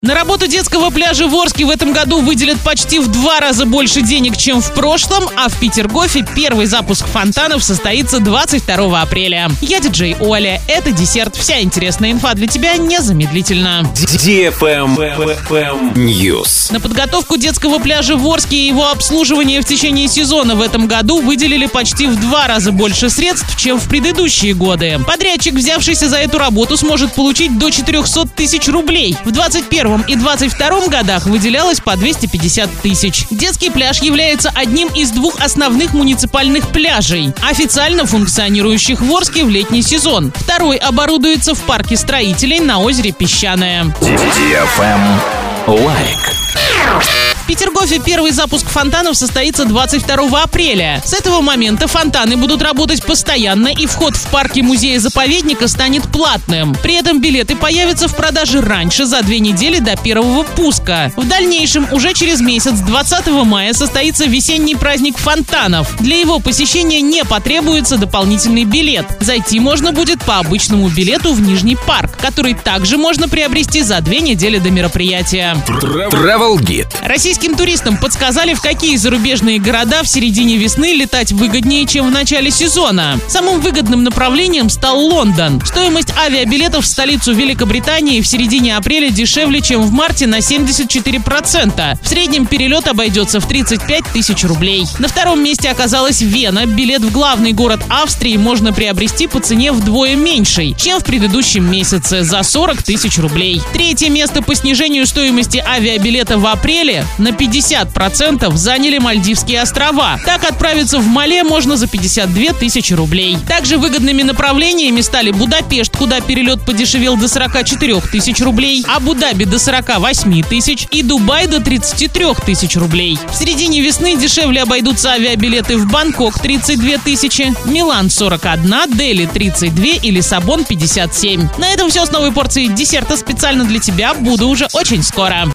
На работу детского пляжа в Орске в этом году выделят почти в 2 раза больше денег, чем в прошлом, а в Петергофе первый запуск фонтанов состоится 22 апреля. Я диджей Оля. Это десерт. Вся интересная инфа для тебя незамедлительно. News. На подготовку детского пляжа в Орске и его обслуживание в течение сезона в этом году выделили почти в 2 раза больше средств, чем в предыдущие годы. Подрядчик, взявшийся за эту работу, сможет получить до 400 тысяч рублей. В 2021 и 2022 годах выделялось по 250 тысяч. Детский пляж является одним из 2 основных муниципальных пляжей, официально функционирующих в Орске в летний сезон. Второй оборудуется в парке строителей на озере Песчаное. Лайк. В Петергофе первый запуск фонтанов состоится 22 апреля. С этого момента фонтаны будут работать постоянно, и вход в парки музея-заповедника станет платным. При этом билеты появятся в продаже раньше, за 2 недели до первого пуска. В дальнейшем, уже через месяц, 20 мая, состоится весенний праздник фонтанов. Для его посещения не потребуется дополнительный билет. Зайти можно будет по обычному билету в Нижний парк, который также можно приобрести за 2 недели до мероприятия. Travel Guide. Российским туристам подсказали, в какие зарубежные города в середине весны летать выгоднее, чем в начале сезона. Самым выгодным направлением стал Лондон. Стоимость авиабилетов в столицу Великобритании в середине апреля дешевле, чем в марте, на 74%. В среднем перелет обойдется в 35 тысяч рублей. На втором месте оказалась Вена. Билет в главный город Австрии можно приобрести по цене вдвое меньшей, чем в предыдущем месяце, за 40 тысяч рублей. Третье место по снижению стоимости авиабилета в апреле на 50% заняли Мальдивские острова. Так отправиться в Мале можно за 52 тысячи рублей. Также выгодными направлениями стали Будапешт, куда перелет подешевел до 44 тысяч рублей, Абу-Даби до 48 тысяч и Дубай до 33 тысяч рублей. В середине весны дешевле обойдутся авиабилеты в Бангкок 32 тысячи, Милан 41, Дели 32 и Лиссабон 57. На этом все с новой порцией десерта специально для тебя. Буду уже очень скоро.